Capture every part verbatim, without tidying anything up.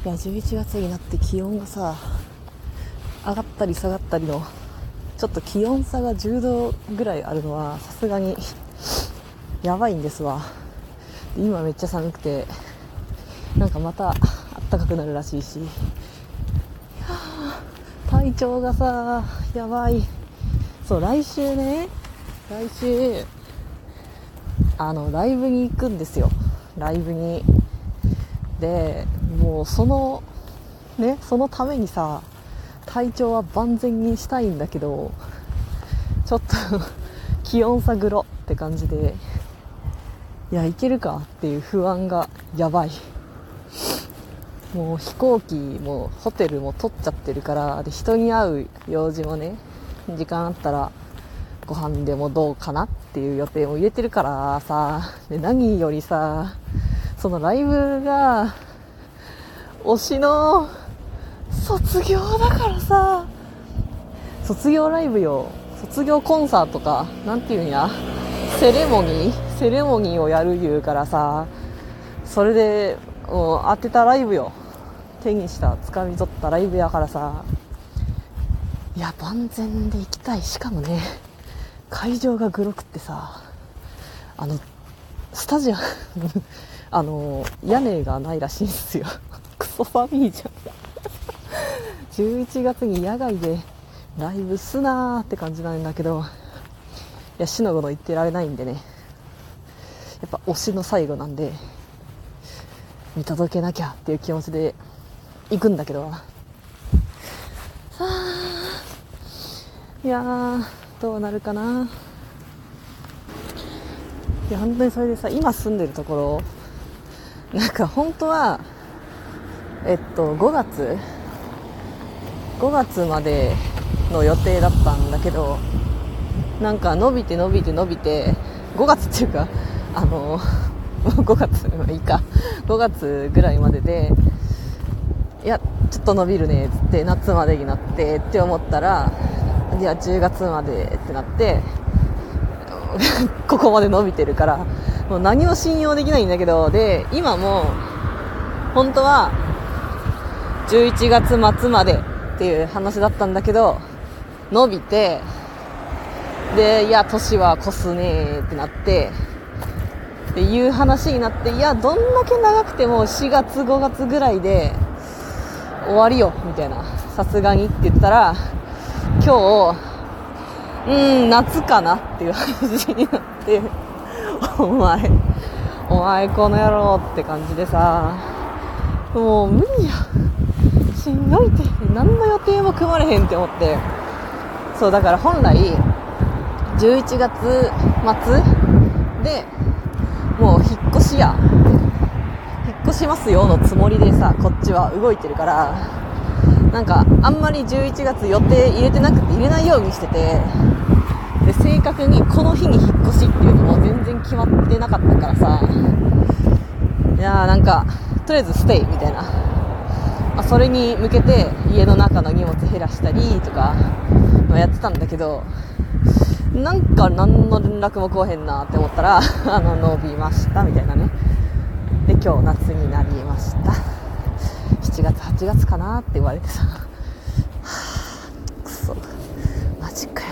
いやじゅういちがつになって気温がさ上がったり下がったりのちょっと気温差がじゅうどぐらいあるのはさすがにやばいんですわ。今めっちゃ寒くてなんかまた暖かくなるらしいし、いや体調がさやばい。そう来週ね来週あのライブに行くんですよ。ライブにでもうそのねそのためにさ体調は万全にしたいんだけどちょっと気温差グロって感じで、いやいけるかっていう不安がやばい。もう飛行機もホテルも取っちゃってるから、で人に会う用事もね時間あったらご飯でもどうかなっていう予定も入れてるからさ、で何よりさそのライブが推しの卒業だからさ、卒業ライブよ、卒業コンサートかなんていうんやセレモニーセレモニーをやる言うからさ、それでもう当てたライブよ、手にした掴み取ったライブやからさ、いや万全で行きたい。しかもね会場がグロくってさ、あのスタジアムあの屋根がないらしいんですよクソ寒いじゃんじゅういちがつに野外でライブすなーって感じなんだけど、いやしのごの言ってられないんでね、やっぱ推しの最後なんで見届けなきゃっていう気持ちで行くんだけど、さあいやーどうなるかな。いや本当にそれでさ、今住んでるところなんか本当はえっとごがつごがつまでの予定だったんだけど、なんか伸びて伸びて伸びてごがつっていうかあのごがついいかごがつぐらいまでで、いやちょっと伸びるねっつって夏までになってって思ったら、いやじゅうがつまでってなってここまで伸びてるからもう何も信用できないんだけど、で今も本当はじゅういちがつまつまでっていう話だったんだけど伸びて、でいや年は越すねってなってっていう話になって、いやどんだけ長くてもしがつごがつぐらいで終わりよみたいな、さすがにって言ったら今日うーん夏かなっていう話になってお前お前この野郎って感じでさ、もう無理やしんどいって何の予定も組まれへんって思って、そうだから本来じゅういちがつまつでもう引っ越しや引っ越しますよのつもりでさこっちは動いてるから、なんかあんまりじゅういちがつ予定入れてなくて入れないようにしてて、で正確にこの日に引っ越しっていうのも全然決まってなかったからさ、いやーなんかとりあえずステイみたいな、まあ、それに向けて家の中の荷物減らしたりとかやってたんだけど、なんか何の連絡も来おへんなって思ったらあの伸びましたみたいなね。で今日夏になりました、しちがつはちがつかなって言われてさ、はぁくそマジかよ。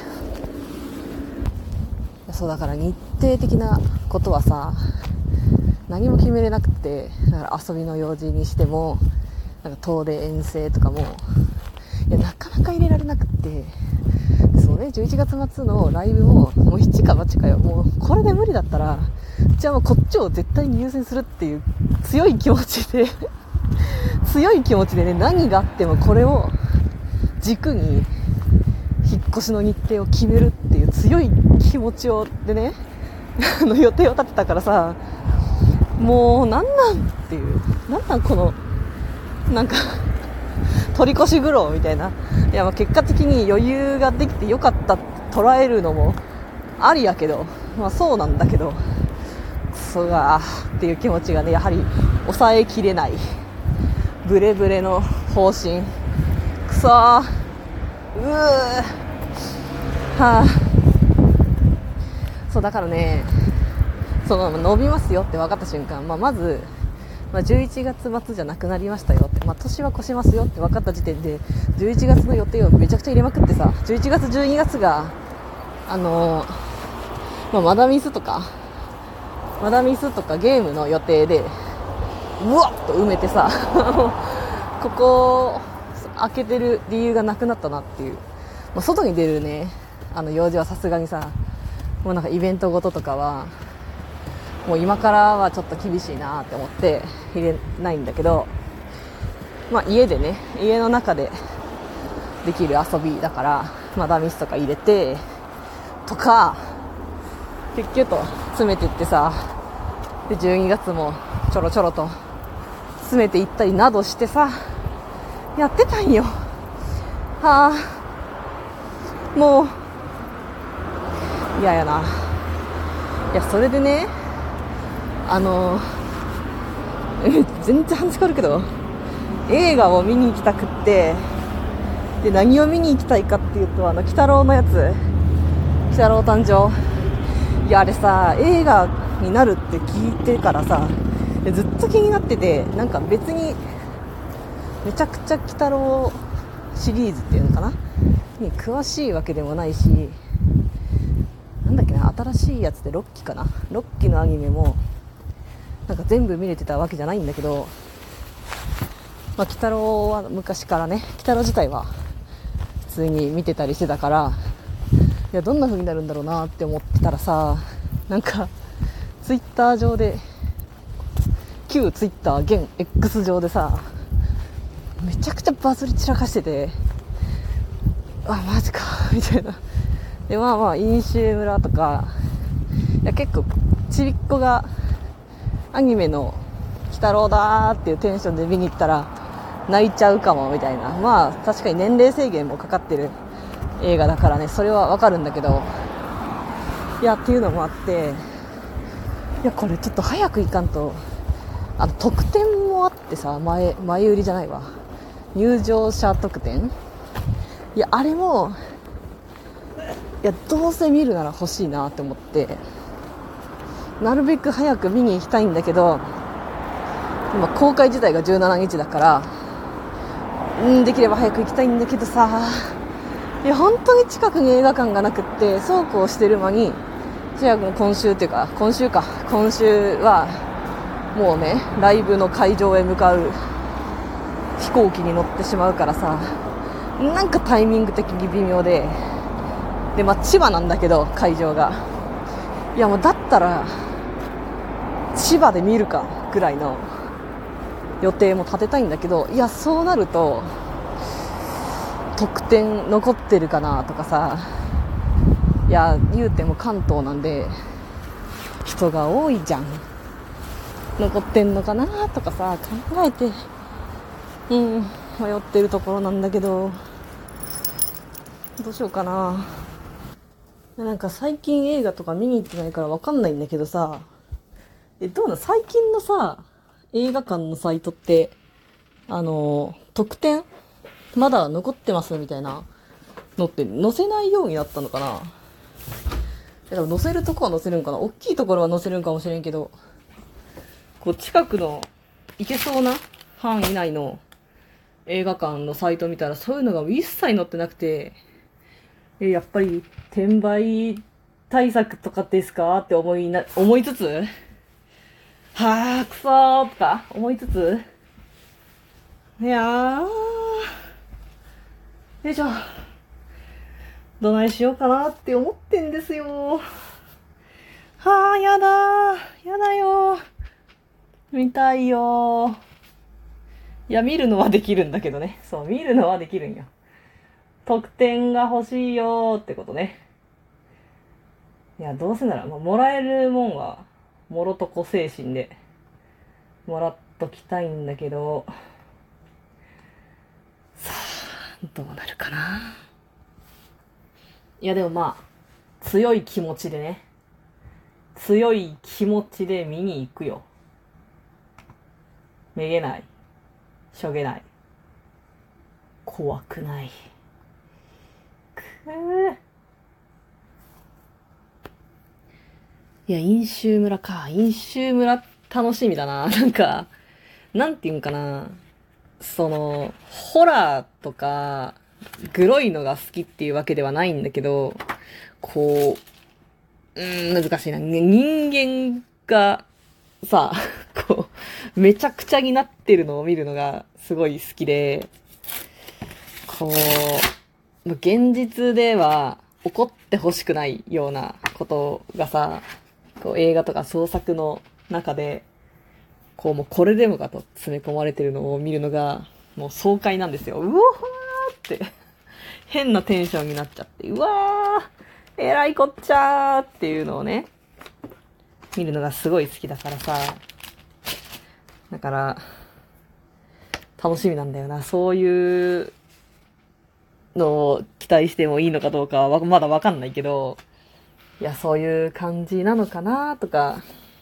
そうだから日程的なことはさ何も決めれなくて、だから遊びの用事にしてもなんか遠出遠征とかもいやなかなか入れられなくて、そうねじゅういちがつまつのライブももう一か八かよ、もうこれで無理だったらじゃあもうこっちを絶対に優先するっていう強い気持ちで強い気持ちでね、何があってもこれを軸に引っ越しの日程を決めるっていう強い気持ちをでねあの予定を立てたからさ、もうなんなんっていう、なんなんこのなんか取り越し苦労みたいな。いやまあ結果的に余裕ができてよかった捉えるのもありやけど、まあそうなんだけど、クソがっていう気持ちがねやはり抑えきれないブレブレの方針、クソーうーはあ、そうだからね、その伸びますよって分かった瞬間、まあ、まずまあ、じゅういちがつ末じゃなくなりましたよって、まあ、年は越しますよって分かった時点でじゅういちがつの予定をめちゃくちゃ入れまくってさ、じゅういちがつじゅうにがつがあのーまあ、マダミスとかマダミスとかゲームの予定でうわっと埋めてさここを開けてる理由がなくなったなっていう、まあ、外に出るねあの用事はさすがにさ、もうなんかイベントごととかはもう今からはちょっと厳しいなって思って入れないんだけど、まあ家でね、家の中でできる遊びだからマダミスとか入れてとかキュッキュッと詰めていってさ、でじゅうにがつもちょろちょろと詰めていったりなどしてさやってたんよ。はあ、もう嫌やな。いやそれでね、あの全然話変わるけど映画を見に行きたくって、で何を見に行きたいかっていうと、あの鬼太郎のやつ、鬼太郎誕生。いやあれさ、映画になるって聞いてからさずっと気になってて、なんか別にめちゃくちゃ鬼太郎シリーズっていうのかなに詳しいわけでもないし、なんだっけな、新しいやつでろっきかな、ろっきのアニメもなんか全部見れてたわけじゃないんだけど、まあ、鬼太郎は昔からね、鬼太郎自体は普通に見てたりしてたから、いやどんな風になるんだろうなって思ってたらさ、なんかツイッター上で、旧ツイッター現 X 上でさめちゃくちゃバズり散らかしてて、あマジかみたいな。でまあまあ飲酒村とか、いや結構ちびっこがアニメの鬼太郎だーっていうテンションで見に行ったら泣いちゃうかもみたいな、まあ確かに年齢制限もかかってる映画だからね、それはわかるんだけど、いやっていうのもあって、いやこれちょっと早く行かんと、あの特典もあってさ、前前売りじゃないわ、入場者特典、いやあれもいやどうせ見るなら欲しいなって思って、なるべく早く見に行きたいんだけど、今公開自体がじゅうしちにちだから、うんできれば早く行きたいんだけどさ、いや本当に近くに映画館がなくって、そうこうしてる間に、じゃあ今週っていうか今週か今週はもうねライブの会場へ向かう飛行機に乗ってしまうからさ、なんかタイミング的に微妙で、でまあ千葉なんだけど会場が、いやもうだったら千葉で見るかぐらいの予定も立てたいんだけど、いやそうなると特典残ってるかなとかさ、いや言うても関東なんで人が多いじゃん、残ってんのかなとかさ考えて、うん迷ってるところなんだけど、どうしようかな。なんか最近映画とか見に行ってないから分かんないんだけどさ、えどうなの最近のさ映画館のサイトって、あの特典まだ残ってますみたいなのって載せないようになったのかな。でも載せるとこは載せるんかな、大きいところは載せるんかもしれんけど、こう近くの行けそうな範囲内の映画館のサイト見たらそういうのが一切載ってなくて、えやっぱり転売対策とかですかって思いな思いつつ、はあくそーとか思いつつ、いやーよいしょ、どないしようかなって思ってんですよ。はあやだーやだよー、見たいよー。いや見るのはできるんだけどね、そう見るのはできるんよ。特典が欲しいよーってことね。いやどうせなら、まあ、もらえるもんはもろとこ精神でもらっときたいんだけど、さあどうなるかな。いやでもまあ強い気持ちでね、強い気持ちで見に行くよ。めげない、しょげない、怖くない。くーいや飲酒村か、飲酒村楽しみだな。なんかなんていうんかな、その、ホラーとか、グロいのが好きっていうわけではないんだけど、こう、うーん、難しいな。ね人間が、さ、こう、めちゃくちゃになってるのを見るのがすごい好きで、こう、現実では起こってほしくないようなことがさ、こう映画とか創作の中で、こうもうこれでもかと詰め込まれてるのを見るのが、もう爽快なんですよ。うおーって変なテンションになっちゃって、うわーえらいこっちゃーっていうのをね、見るのがすごい好きだからさ、だから、楽しみなんだよな。そういうのを期待してもいいのかどうかはまだわかんないけど、いや、そういう感じなのかなとか、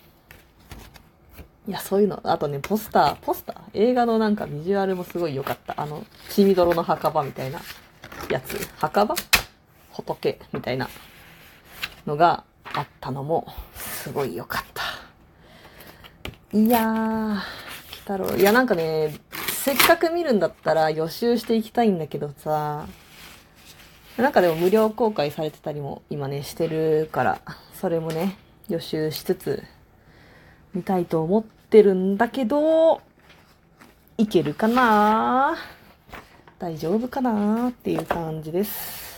いや、そういうの、あとね、ポスター、ポスター映画のなんかビジュアルもすごい良かった。あの、血みどろの墓場みたいなやつ。墓場仏みたいなのがあったのも、すごい良かった。いやー、鬼太郎。いや、なんかね、せっかく見るんだったら予習していきたいんだけどさ、なんかでも無料公開されてたりも今ね、してるから、それもね、予習しつつ、見たいと思ってるんだけど、いけるかな大丈夫かなっていう感じです。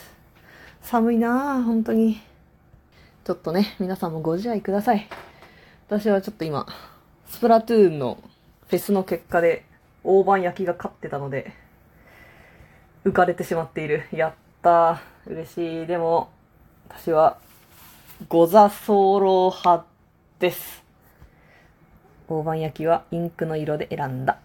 寒いな本当に。ちょっとね、皆さんもご自愛ください。私はちょっと今、スプラトゥーンのフェスの結果で大判焼きが勝ってたので、浮かれてしまっている。やったー。嬉しい。でも、私は、ゴザソーロ派です。大判焼きはインクの色で選んだ。